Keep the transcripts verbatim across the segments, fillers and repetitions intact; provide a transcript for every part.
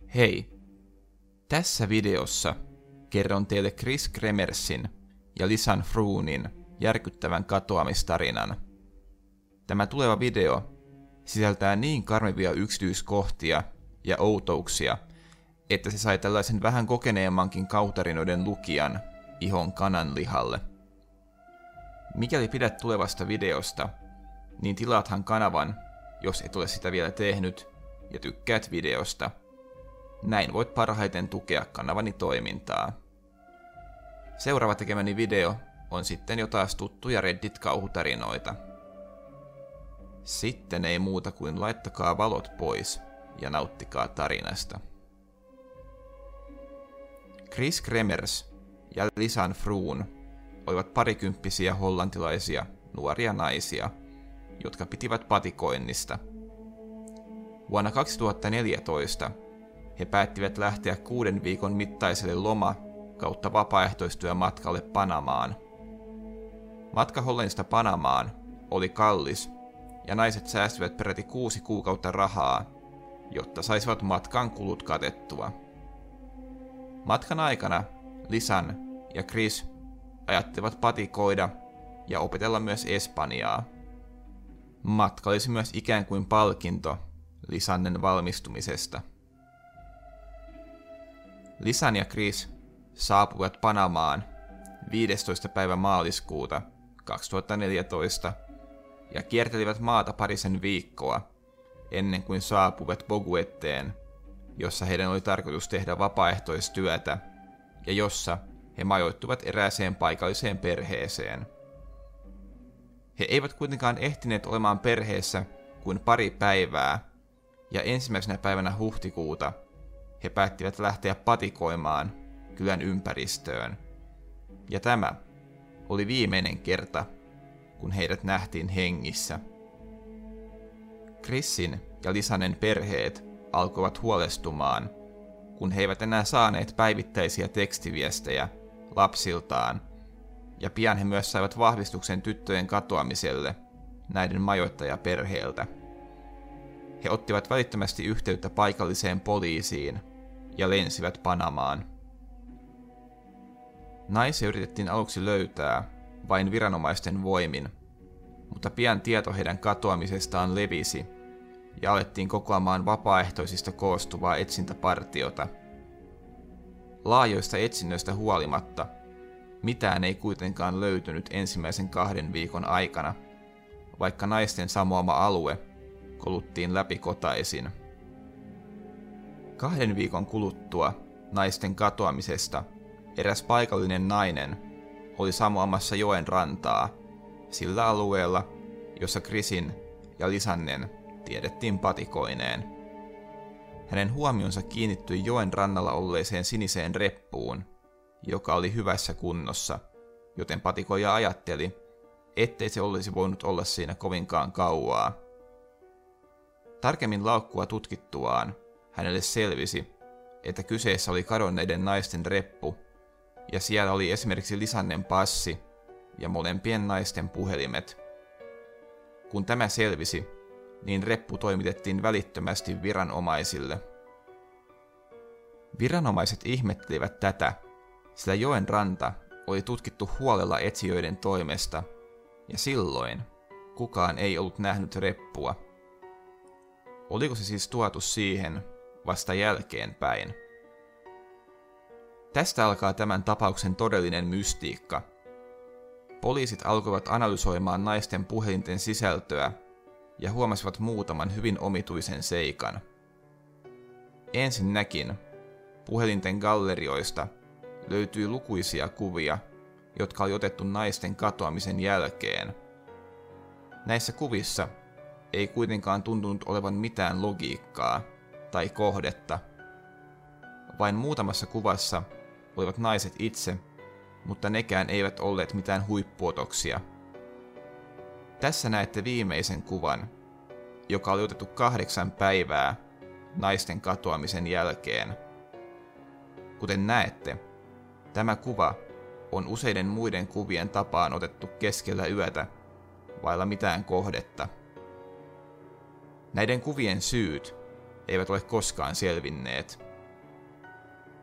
Hei! Tässä videossa kerron teille Kris Kremersin ja Lisan Froonin järkyttävän katoamistarinan. Tämä tuleva video sisältää niin karmivia yksityiskohtia ja outouksia, että se sai tällaisen vähän kokeneemmankin kautarinoiden lukijan ihon kananlihalle. Mikäli pidät tulevasta videosta, niin tilaathan kanavan, jos et ole sitä vielä tehnyt, ja tykkäät videosta. Näin voit parhaiten tukea kanavani toimintaa. Seuraava tekemäni video on sitten jo taas tuttuja Reddit-kauhutarinoita. Sitten ei muuta kuin laittakaa valot pois ja nauttikaa tarinasta. Kris Kremers ja Lisan Froon olivat parikymppisiä hollantilaisia nuoria naisia, jotka pitivät patikoinnista. Vuonna kaksituhattaneljätoista he päättivät lähteä kuuden viikon mittaiselle loma- kautta vapaaehtoistyömatkalle Panamaan. Matka Hollannista Panamaan oli kallis, ja naiset säästivät peräti kuusi kuukautta rahaa, jotta saisivat matkan kulut katettua. Matkan aikana Lisan ja Kris ajattelivat patikoida ja opetella myös espanjaa. Matka olisi myös ikään kuin palkinto Lisannen valmistumisesta. Lisan ja Kris saapuivat Panamaan viidestoista päivä maaliskuuta kaksituhattaneljätoista ja kiertelivät maata parisen viikkoa ennen kuin saapuivat Bogueteen, jossa heidän oli tarkoitus tehdä vapaaehtoistyötä ja jossa he majoittuvat erääseen paikalliseen perheeseen. He eivät kuitenkaan ehtineet olemaan perheessä kuin pari päivää, ja ensimmäisenä päivänä huhtikuuta he päättivät lähteä patikoimaan kylän ympäristöön. Ja tämä oli viimeinen kerta, kun heidät nähtiin hengissä. Krisin ja Lisanen perheet alkoivat huolestumaan, kun he eivät enää saaneet päivittäisiä tekstiviestejä lapsiltaan, ja pian he myös saivat vahvistuksen tyttöjen katoamiselle näiden majoittajaperheeltä. He ottivat välittömästi yhteyttä paikalliseen poliisiin ja lensivät Panamaan. Naisia yritettiin aluksi löytää vain viranomaisten voimin, mutta pian tieto heidän katoamisestaan levisi ja alettiin kokoamaan vapaaehtoisista koostuvaa etsintäpartiota. Laajoista etsinnöistä huolimatta mitään ei kuitenkaan löytynyt ensimmäisen kahden viikon aikana, vaikka naisten samoama alue koluttiin läpikotaisin. Kahden viikon kuluttua naisten katoamisesta eräs paikallinen nainen oli samoamassa joen rantaa sillä alueella, jossa Krisin ja Lisannen tiedettiin patikoineen. Hänen huomionsa kiinnittyi joen rannalla olleeseen siniseen reppuun, joka oli hyvässä kunnossa, joten patikoija ajatteli, ettei se olisi voinut olla siinä kovinkaan kauaa. Tarkemmin laukkua tutkittuaan hänelle selvisi, että kyseessä oli kadonneiden naisten reppu, ja siellä oli esimerkiksi Lisannen passi ja molempien naisten puhelimet. Kun tämä selvisi, niin reppu toimitettiin välittömästi viranomaisille. Viranomaiset ihmettelivät tätä, sillä joen ranta oli tutkittu huolella etsijöiden toimesta, ja silloin kukaan ei ollut nähnyt reppua. Oliko se siis tuotu siihen vasta jälkeenpäin? Tästä alkaa tämän tapauksen todellinen mystiikka. Poliisit alkoivat analysoimaan naisten puhelinten sisältöä ja huomasivat muutaman hyvin omituisen seikan. Ensinnäkin puhelinten gallerioista löytyi lukuisia kuvia, jotka oli otettu naisten katoamisen jälkeen. Näissä kuvissa ei kuitenkaan tuntunut olevan mitään logiikkaa tai kohdetta. Vain muutamassa kuvassa olivat naiset itse, mutta nekään eivät olleet mitään huippuotoksia. Tässä näette viimeisen kuvan, joka oli otettu kahdeksan päivää naisten katoamisen jälkeen. Kuten näette, tämä kuva on useiden muiden kuvien tapaan otettu keskellä yötä, vailla mitään kohdetta. Näiden kuvien syyt eivät ole koskaan selvinneet,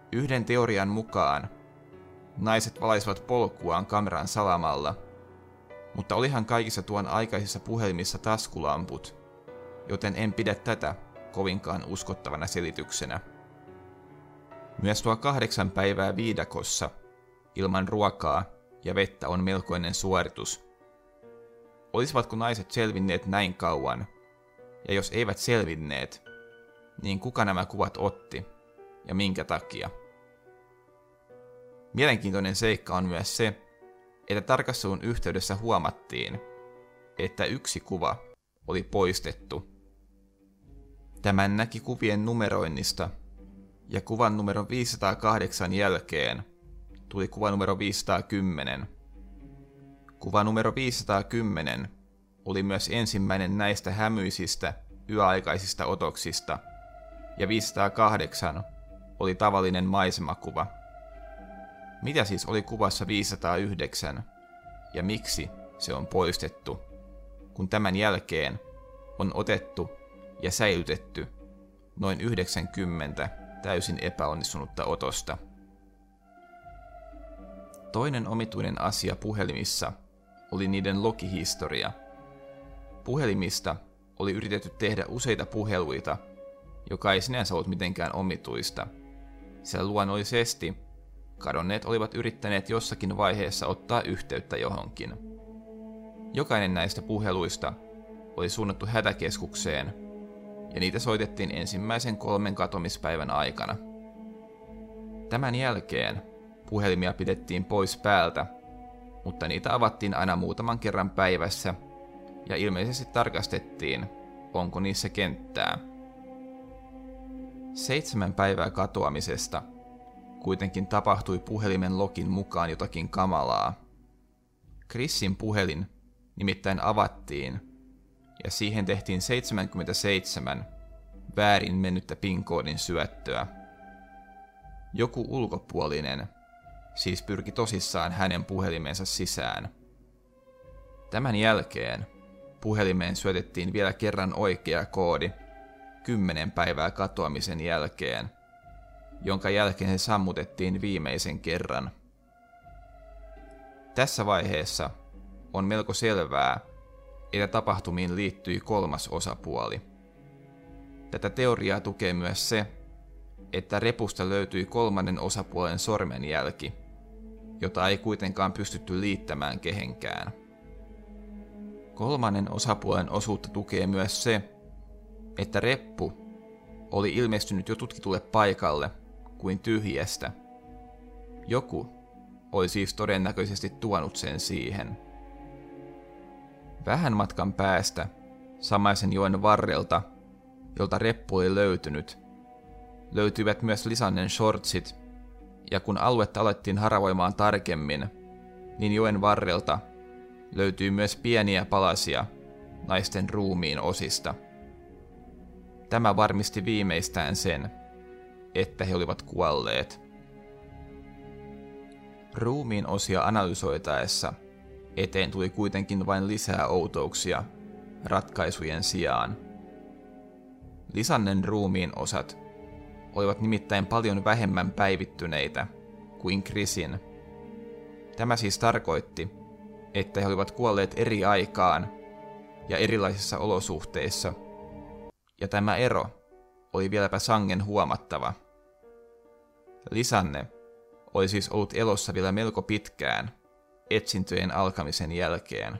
Yhden teorian mukaan naiset valaisivat polkuaan kameran salamalla, mutta olihan kaikissa tuon aikaisissa puhelimissa taskulamput, joten en pidä tätä kovinkaan uskottavana selityksenä. Myös tuo kahdeksan päivää viidakossa ilman ruokaa ja vettä on melkoinen suoritus. Olisivatko naiset selvinneet näin kauan? Ja jos eivät selvinneet, niin kuka nämä kuvat otti ja minkä takia? Mielenkiintoinen seikka on myös se, että tarkastelun yhteydessä huomattiin, että yksi kuva oli poistettu. Tämän näki kuvien numeroinnista, ja kuvan numero viisisataakahdeksan jälkeen tuli kuva numero viisisataakymmenen. Kuva numero viisisataakymmenen oli myös ensimmäinen näistä hämyisistä yöaikaisista otoksista, ja viisisataakahdeksan oli tavallinen maisemakuva. Mitä siis oli kuvassa viisisataayhdeksän, ja miksi se on poistettu, kun tämän jälkeen on otettu ja säilytetty noin yhdeksänkymmentä täysin epäonnistunutta otosta? Toinen omituinen asia puhelimissa oli niiden logihistoria. Puhelimista oli yritetty tehdä useita puheluita, joka ei sinänsä ollut mitenkään omituista, sillä luonnollisesti kadonneet olivat yrittäneet jossakin vaiheessa ottaa yhteyttä johonkin. Jokainen näistä puheluista oli suunnattu hätäkeskukseen, ja niitä soitettiin ensimmäisen kolmen katomispäivän aikana. Tämän jälkeen puhelimia pidettiin pois päältä, mutta niitä avattiin aina muutaman kerran päivässä, ja ilmeisesti tarkastettiin, onko niissä kenttää. Seitsemän päivää katoamisesta kuitenkin tapahtui puhelimen login mukaan jotakin kamalaa. Chrisin puhelin nimittäin avattiin, ja siihen tehtiin seitsemänkymmentäseitsemän väärin mennyttä PIN-koodin syöttöä. Joku ulkopuolinen siis pyrki tosissaan hänen puhelimensa sisään. Tämän jälkeen puhelimeen syötettiin vielä kerran oikea koodi kymmenen päivää katoamisen jälkeen, jonka jälkeen se sammutettiin viimeisen kerran. Tässä vaiheessa on melko selvää, että tapahtumiin liittyi kolmas osapuoli. Tätä teoriaa tukee myös se, että repusta löytyi kolmannen osapuolen sormenjälki, jota ei kuitenkaan pystytty liittämään kehenkään. Kolmannen osapuolen osuutta tukee myös se, että reppu oli ilmestynyt jo tutkitulle paikalle kuin tyhjästä. Joku oli siis todennäköisesti tuonut sen siihen. Vähän matkan päästä, samaisen joen varrelta, jolta reppu oli löytynyt, löytyivät myös Lisannen shortsit, ja kun aluetta alettiin haravoimaan tarkemmin, niin joen varrelta löytyi myös pieniä palasia naisten ruumiin osista. Tämä varmisti viimeistään sen, että he olivat kuolleet. Ruumiin osia analysoitaessa eteen tuli kuitenkin vain lisää outouksia ratkaisujen sijaan. Lisannen ruumiin osat olivat nimittäin paljon vähemmän päivittyneitä kuin Chrisin. Tämä siis tarkoitti, että he olivat kuolleet eri aikaan ja erilaisissa olosuhteissa, ja tämä ero oli vieläpä sangen huomattava. Lisanne oli siis ollut elossa vielä melko pitkään etsintöjen alkamisen jälkeen.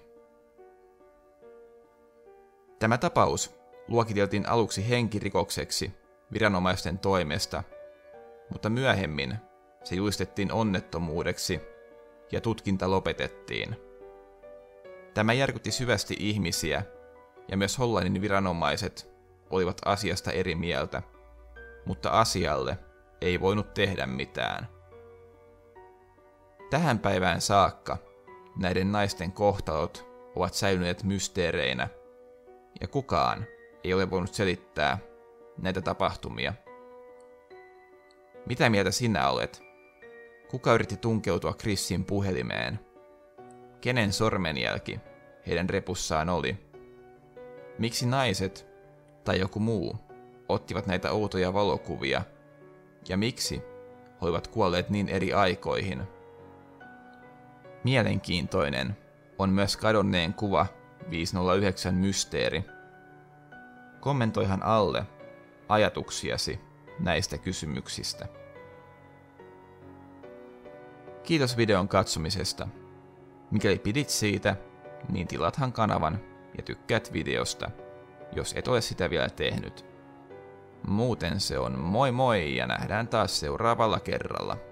Tämä tapaus luokiteltiin aluksi henkirikokseksi viranomaisten toimesta, mutta myöhemmin se julistettiin onnettomuudeksi ja tutkinta lopetettiin. Tämä järkytti syvästi ihmisiä, ja myös Hollannin viranomaiset olivat asiasta eri mieltä, mutta asialle ei voinut tehdä mitään. Tähän päivään saakka näiden naisten kohtalot ovat säilyneet mysteereinä, ja kukaan ei ole voinut selittää näitä tapahtumia. Mitä mieltä sinä olet? Kuka yritti tunkeutua Chrisin puhelimeen? Kenen sormenjälki heidän repussaan oli? Miksi naiset tai joku muu ottivat näitä outoja valokuvia? Ja miksi olivat kuolleet niin eri aikoihin. Mielenkiintoinen on myös kadonneen kuva viisi nolla yhdeksän mysteeri. Kommentoihan alle ajatuksiasi näistä kysymyksistä. Kiitos videon katsomisesta. Mikäli pidit siitä, niin tilathan kanavan ja tykkäät videosta, jos et ole sitä vielä tehnyt. Muuten se on moi moi ja nähdään taas seuraavalla kerralla.